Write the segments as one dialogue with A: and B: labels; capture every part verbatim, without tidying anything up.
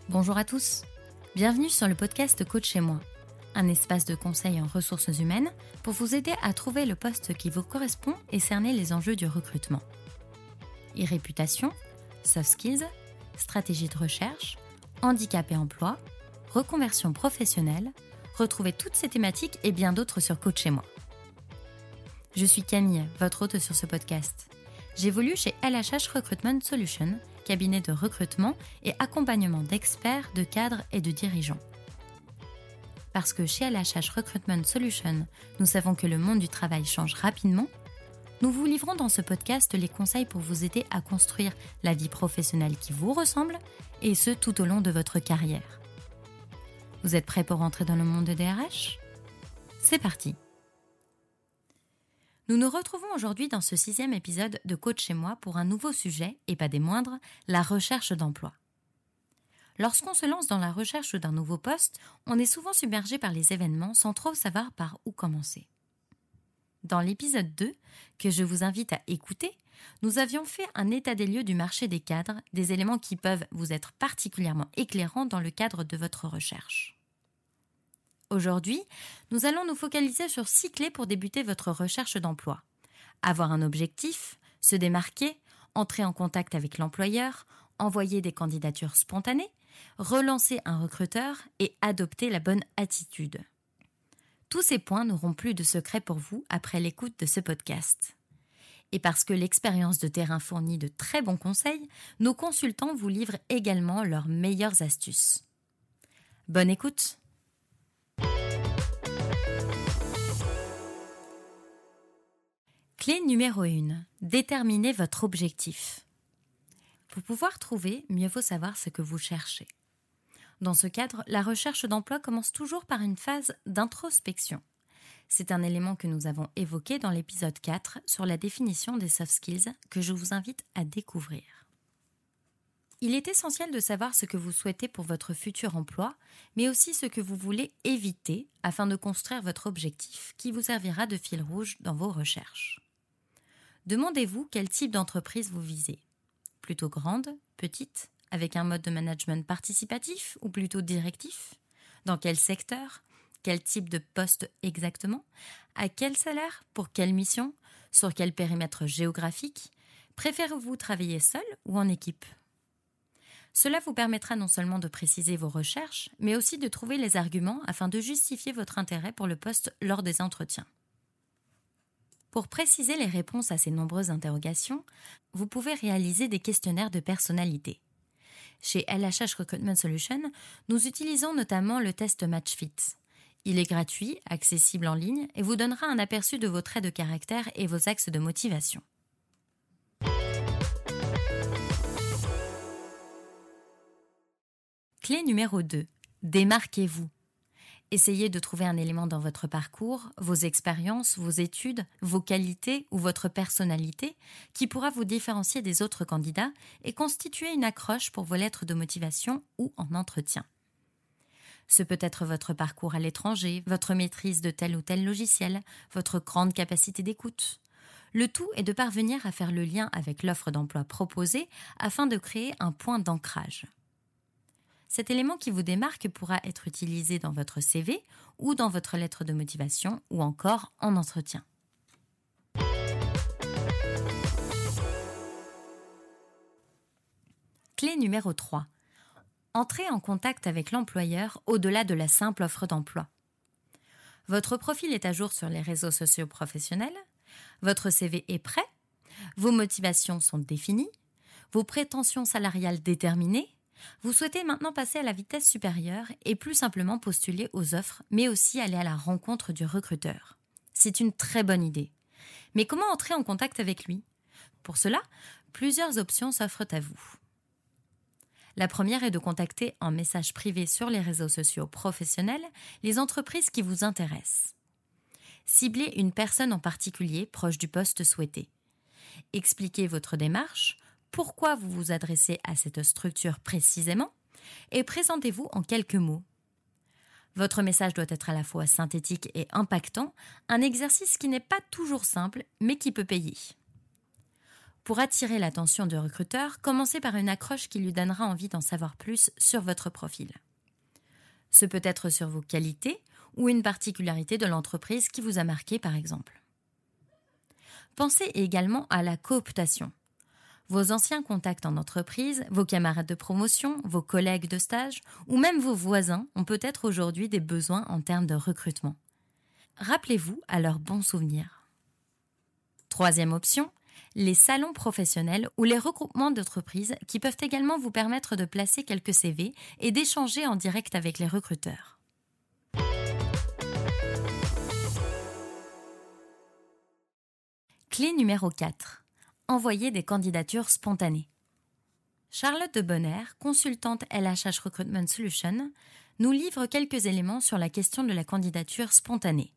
A: Bonjour à tous, bienvenue sur le podcast Coach chez moi, un espace de conseil en ressources humaines pour vous aider à trouver le poste qui vous correspond et cerner les enjeux du recrutement. E-réputation, soft skills, stratégie de recherche, handicap et emploi, reconversion professionnelle, retrouvez toutes ces thématiques et bien d'autres sur Coach chez moi. Je suis Camille, votre hôte sur ce podcast. J'évolue chez L H H Recruitment Solutions, cabinet de recrutement et accompagnement d'experts, de cadres et de dirigeants. Parce que chez L H H Recruitment Solutions, nous savons que le monde du travail change rapidement, nous vous livrons dans ce podcast les conseils pour vous aider à construire la vie professionnelle qui vous ressemble, et ce tout au long de votre carrière. Vous êtes prêts pour entrer dans le monde des R H ? C'est parti! Nous nous retrouvons aujourd'hui dans ce sixième épisode de Coach chez moi pour un nouveau sujet, et pas des moindres, la recherche d'emploi. Lorsqu'on se lance dans la recherche d'un nouveau poste, on est souvent submergé par les événements sans trop savoir par où commencer. Dans l'épisode deux, que je vous invite à écouter, nous avions fait un état des lieux du marché des cadres, des éléments qui peuvent vous être particulièrement éclairants dans le cadre de votre recherche. Aujourd'hui, nous allons nous focaliser sur six clés pour débuter votre recherche d'emploi. Avoir un objectif, se démarquer, entrer en contact avec l'employeur, envoyer des candidatures spontanées, relancer un recruteur et adopter la bonne attitude. Tous ces points n'auront plus de secret pour vous après l'écoute de ce podcast. Et parce que l'expérience de terrain fournit de très bons conseils, nos consultants vous livrent également leurs meilleures astuces. Bonne écoute! Clé numéro un. Déterminez votre objectif. Pour pouvoir trouver, mieux vaut savoir ce que vous cherchez. Dans ce cadre, la recherche d'emploi commence toujours par une phase d'introspection. C'est un élément que nous avons évoqué dans l'épisode quatre sur la définition des soft skills que je vous invite à découvrir. Il est essentiel de savoir ce que vous souhaitez pour votre futur emploi, mais aussi ce que vous voulez éviter afin de construire votre objectif qui vous servira de fil rouge dans vos recherches. Demandez-vous quel type d'entreprise vous visez. Plutôt grande, petite, avec un mode de management participatif ou plutôt directif ? Dans quel secteur ? Quel type de poste exactement ? À quel salaire ? Pour quelle mission ? Sur quel périmètre géographique ? Préférez-vous travailler seul ou en équipe ? Cela vous permettra non seulement de préciser vos recherches, mais aussi de trouver les arguments afin de justifier votre intérêt pour le poste lors des entretiens. Pour préciser les réponses à ces nombreuses interrogations, vous pouvez réaliser des questionnaires de personnalité. Chez L H H Recruitment Solutions, nous utilisons notamment le test MatchFit. Il est gratuit, accessible en ligne et vous donnera un aperçu de vos traits de caractère et vos axes de motivation. Clé numéro deux. Démarquez-vous. Essayez de trouver un élément dans votre parcours, vos expériences, vos études, vos qualités ou votre personnalité qui pourra vous différencier des autres candidats et constituer une accroche pour vos lettres de motivation ou en entretien. Ce peut être votre parcours à l'étranger, votre maîtrise de tel ou tel logiciel, votre grande capacité d'écoute. Le tout est de parvenir à faire le lien avec l'offre d'emploi proposée afin de créer un point d'ancrage. Cet élément qui vous démarque pourra être utilisé dans votre C V ou dans votre lettre de motivation ou encore en entretien. Clé numéro trois. Entrez en contact avec l'employeur au-delà de la simple offre d'emploi. Votre profil est à jour sur les réseaux sociaux professionnels, votre C V est prêt, vos motivations sont définies, vos prétentions salariales déterminées. Vous souhaitez maintenant passer à la vitesse supérieure et plus simplement postuler aux offres, mais aussi aller à la rencontre du recruteur. C'est une très bonne idée. Mais comment entrer en contact avec lui ? Pour cela, plusieurs options s'offrent à vous. La première est de contacter en message privé sur les réseaux sociaux professionnels les entreprises qui vous intéressent. Ciblez une personne en particulier proche du poste souhaité. Expliquez votre démarche, pourquoi vous vous adressez à cette structure précisément et présentez-vous en quelques mots. Votre message doit être à la fois synthétique et impactant, un exercice qui n'est pas toujours simple mais qui peut payer. Pour attirer l'attention du recruteur, commencez par une accroche qui lui donnera envie d'en savoir plus sur votre profil. Ce peut être sur vos qualités ou une particularité de l'entreprise qui vous a marqué par exemple. Pensez également à la cooptation. Vos anciens contacts en entreprise, vos camarades de promotion, vos collègues de stage ou même vos voisins ont peut-être aujourd'hui des besoins en termes de recrutement. Rappelez-vous à leurs bons souvenirs. Troisième option, les salons professionnels ou les regroupements d'entreprises qui peuvent également vous permettre de placer quelques C V et d'échanger en direct avec les recruteurs. Clé numéro quatre. Envoyer des candidatures spontanées. Charlotte de Bonner, consultante L H H Recruitment Solutions, nous livre quelques éléments sur la question de la candidature spontanée.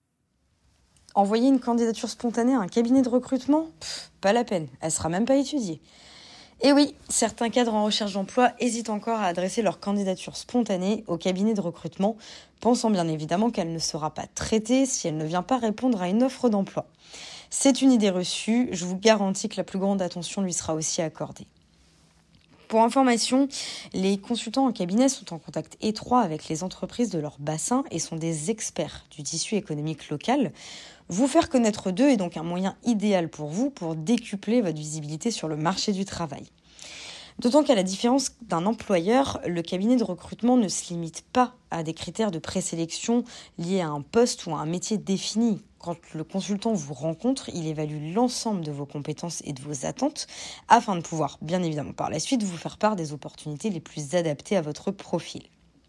B: Envoyer une candidature spontanée à un cabinet de recrutement ? Pff, pas la peine, elle sera même pas étudiée. Et oui, certains cadres en recherche d'emploi hésitent encore à adresser leur candidature spontanée au cabinet de recrutement, pensant bien évidemment qu'elle ne sera pas traitée si elle ne vient pas répondre à une offre d'emploi. C'est une idée reçue, je vous garantis que la plus grande attention lui sera aussi accordée. Pour information, les consultants en cabinet sont en contact étroit avec les entreprises de leur bassin et sont des experts du tissu économique local. Vous faire connaître d'eux est donc un moyen idéal pour vous pour décupler votre visibilité sur le marché du travail. D'autant qu'à la différence d'un employeur, le cabinet de recrutement ne se limite pas à des critères de présélection liés à un poste ou à un métier défini. Quand le consultant vous rencontre, il évalue l'ensemble de vos compétences et de vos attentes afin de pouvoir, bien évidemment par la suite, vous faire part des opportunités les plus adaptées à votre profil.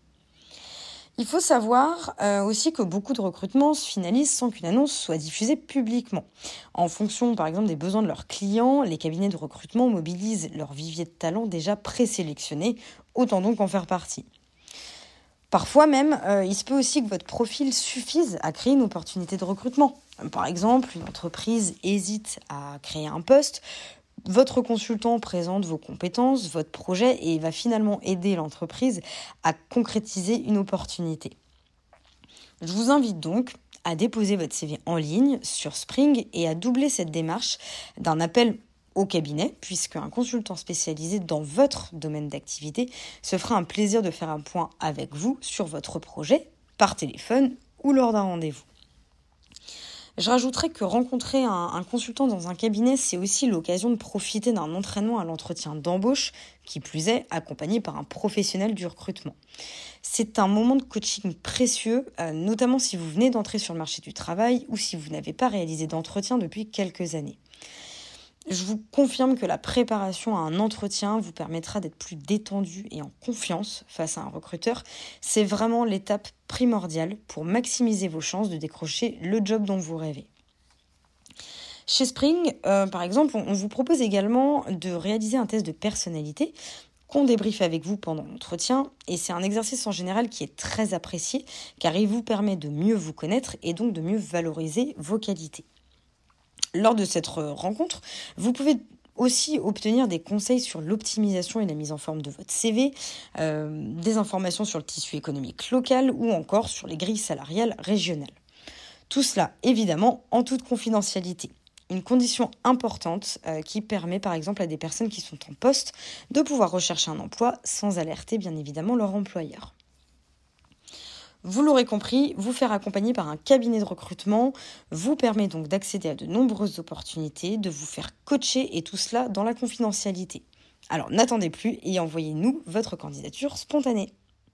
B: Il faut savoir euh, aussi que beaucoup de recrutements se finalisent sans qu'une annonce soit diffusée publiquement. En fonction, par exemple, des besoins de leurs clients, les cabinets de recrutement mobilisent leur vivier de talents déjà présélectionnés, autant donc en faire partie. Parfois même, euh, il se peut aussi que votre profil suffise à créer une opportunité de recrutement. Par exemple, une entreprise hésite à créer un poste, votre consultant présente vos compétences, votre projet et va finalement aider l'entreprise à concrétiser une opportunité. Je vous invite donc à déposer votre C V en ligne sur Spring et à doubler cette démarche d'un appel au cabinet, puisqu'un consultant spécialisé dans votre domaine d'activité se fera un plaisir de faire un point avec vous sur votre projet, par téléphone ou lors d'un rendez-vous. Je rajouterais que rencontrer un, un consultant dans un cabinet, c'est aussi l'occasion de profiter d'un entraînement à l'entretien d'embauche, qui plus est, accompagné par un professionnel du recrutement. C'est un moment de coaching précieux, euh, notamment si vous venez d'entrer sur le marché du travail ou si vous n'avez pas réalisé d'entretien depuis quelques années. Je vous confirme que la préparation à un entretien vous permettra d'être plus détendu et en confiance face à un recruteur. C'est vraiment l'étape primordiale pour maximiser vos chances de décrocher le job dont vous rêvez. Chez Spring, euh, par exemple, on vous propose également de réaliser un test de personnalité qu'on débriefe avec vous pendant l'entretien. Et c'est un exercice en général qui est très apprécié car il vous permet de mieux vous connaître et donc de mieux valoriser vos qualités. Lors de cette rencontre, vous pouvez aussi obtenir des conseils sur l'optimisation et la mise en forme de votre C V, euh, des informations sur le tissu économique local ou encore sur les grilles salariales régionales. Tout cela, évidemment, en toute confidentialité. Une condition importante euh, qui permet par exemple à des personnes qui sont en poste de pouvoir rechercher un emploi sans alerter bien évidemment leur employeur. Vous l'aurez compris, vous faire accompagner par un cabinet de recrutement vous permet donc d'accéder à de nombreuses opportunités, de vous faire coacher et tout cela dans la confidentialité. Alors n'attendez plus et envoyez-nous votre candidature spontanée.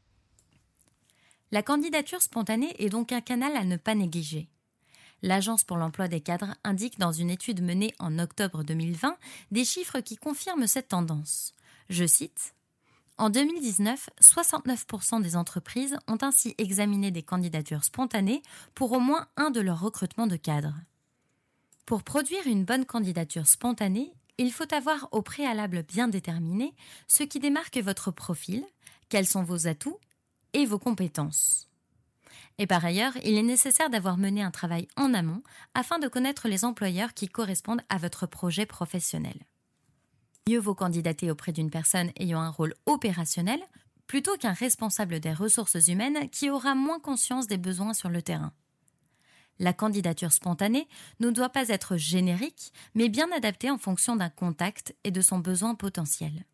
A: La candidature spontanée est donc un canal à ne pas négliger. L'Agence pour l'emploi des cadres indique dans une étude menée en octobre deux mille vingt des chiffres qui confirment cette tendance. Je cite: en deux mille dix-neuf, soixante-neuf pour cent des entreprises ont ainsi examiné des candidatures spontanées pour au moins un de leurs recrutements de cadres. Pour produire une bonne candidature spontanée, il faut avoir au préalable bien déterminé ce qui démarque votre profil, quels sont vos atouts et vos compétences. Et par ailleurs, il est nécessaire d'avoir mené un travail en amont afin de connaître les employeurs qui correspondent à votre projet professionnel. Mieux vaut candidater auprès d'une personne ayant un rôle opérationnel plutôt qu'un responsable des ressources humaines qui aura moins conscience des besoins sur le terrain. La candidature spontanée ne doit pas être générique, mais bien adaptée en fonction d'un contact et de son besoin potentiel.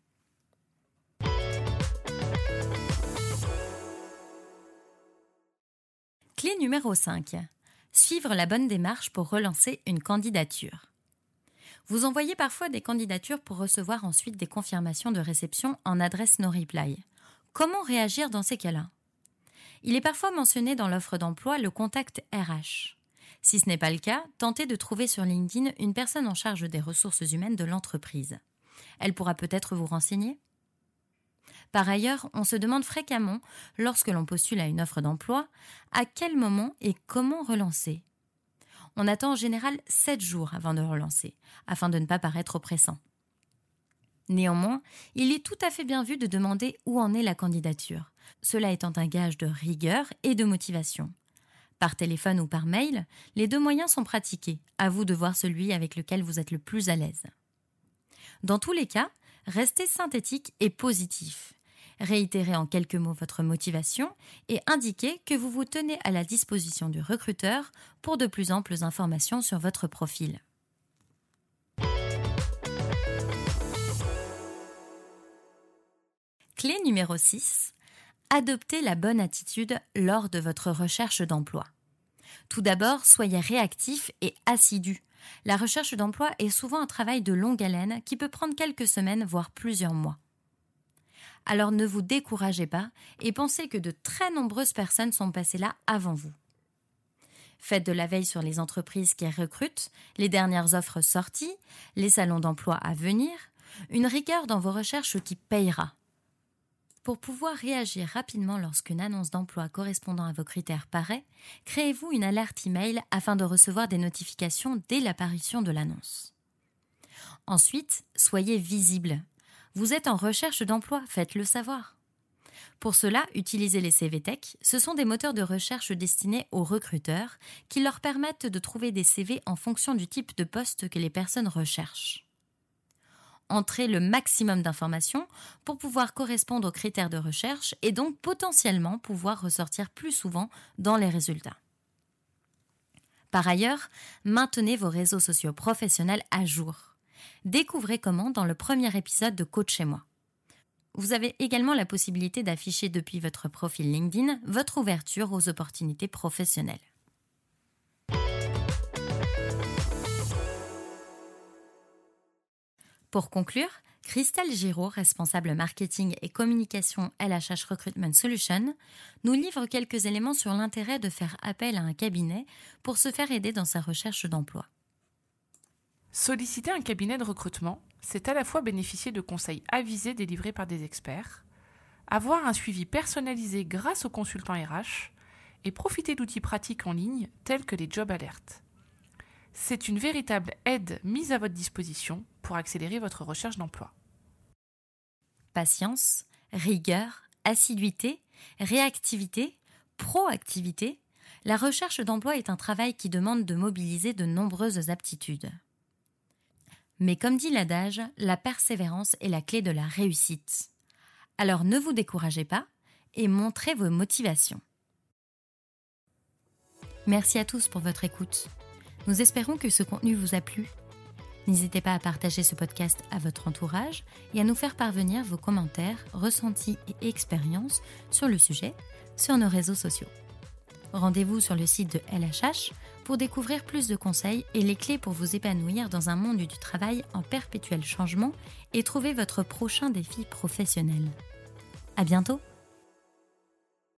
A: Clé numéro cinq. Suivre la bonne démarche pour relancer une candidature. Vous envoyez parfois des candidatures pour recevoir ensuite des confirmations de réception en adresse no reply. Comment réagir dans ces cas-là ? Il est parfois mentionné dans l'offre d'emploi le contact R H. Si ce n'est pas le cas, tentez de trouver sur LinkedIn une personne en charge des ressources humaines de l'entreprise. Elle pourra peut-être vous renseigner. Par ailleurs, on se demande fréquemment, lorsque l'on postule à une offre d'emploi, à quel moment et comment relancer. On attend en général sept jours avant de relancer, afin de ne pas paraître oppressant. Néanmoins, il est tout à fait bien vu de demander où en est la candidature, cela étant un gage de rigueur et de motivation. Par téléphone ou par mail, les deux moyens sont pratiqués, à vous de voir celui avec lequel vous êtes le plus à l'aise. Dans tous les cas, restez synthétique et positif. Réitérez en quelques mots votre motivation et indiquez que vous vous tenez à la disposition du recruteur pour de plus amples informations sur votre profil. Clé numéro six. Adoptez la bonne attitude lors de votre recherche d'emploi. Tout d'abord, soyez réactif et assidu. La recherche d'emploi est souvent un travail de longue haleine qui peut prendre quelques semaines, voire plusieurs mois. Alors ne vous découragez pas et pensez que de très nombreuses personnes sont passées là avant vous. Faites de la veille sur les entreprises qui recrutent, les dernières offres sorties, les salons d'emploi à venir, une rigueur dans vos recherches qui payera. Pour pouvoir réagir rapidement lorsqu'une annonce d'emploi correspondant à vos critères paraît, créez-vous une alerte email afin de recevoir des notifications dès l'apparition de l'annonce. Ensuite, soyez visible. Vous êtes en recherche d'emploi, faites-le savoir. Pour cela, utilisez les C V Tech. Ce sont des moteurs de recherche destinés aux recruteurs qui leur permettent de trouver des C V en fonction du type de poste que les personnes recherchent. Entrez le maximum d'informations pour pouvoir correspondre aux critères de recherche et donc potentiellement pouvoir ressortir plus souvent dans les résultats. Par ailleurs, maintenez vos réseaux sociaux professionnels à jour. Découvrez comment dans le premier épisode de Coach chez moi. Vous avez également la possibilité d'afficher depuis votre profil LinkedIn votre ouverture aux opportunités professionnelles. Pour conclure, Christelle Giraud, responsable marketing et communication L H H Recruitment Solutions, nous livre quelques éléments sur l'intérêt de faire appel à un cabinet pour se faire aider dans sa recherche d'emploi.
C: Solliciter un cabinet de recrutement, c'est à la fois bénéficier de conseils avisés délivrés par des experts, avoir un suivi personnalisé grâce aux consultants R H et profiter d'outils pratiques en ligne tels que les job alerts. C'est une véritable aide mise à votre disposition pour accélérer votre recherche d'emploi.
A: Patience, rigueur, assiduité, réactivité, proactivité, la recherche d'emploi est un travail qui demande de mobiliser de nombreuses aptitudes. Mais comme dit l'adage, la persévérance est la clé de la réussite. Alors ne vous découragez pas et montrez vos motivations. Merci à tous pour votre écoute. Nous espérons que ce contenu vous a plu. N'hésitez pas à partager ce podcast à votre entourage et à nous faire parvenir vos commentaires, ressentis et expériences sur le sujet sur nos réseaux sociaux. Rendez-vous sur le site de L H H pour découvrir plus de conseils et les clés pour vous épanouir dans un monde du travail en perpétuel changement et trouver votre prochain défi professionnel. À bientôt!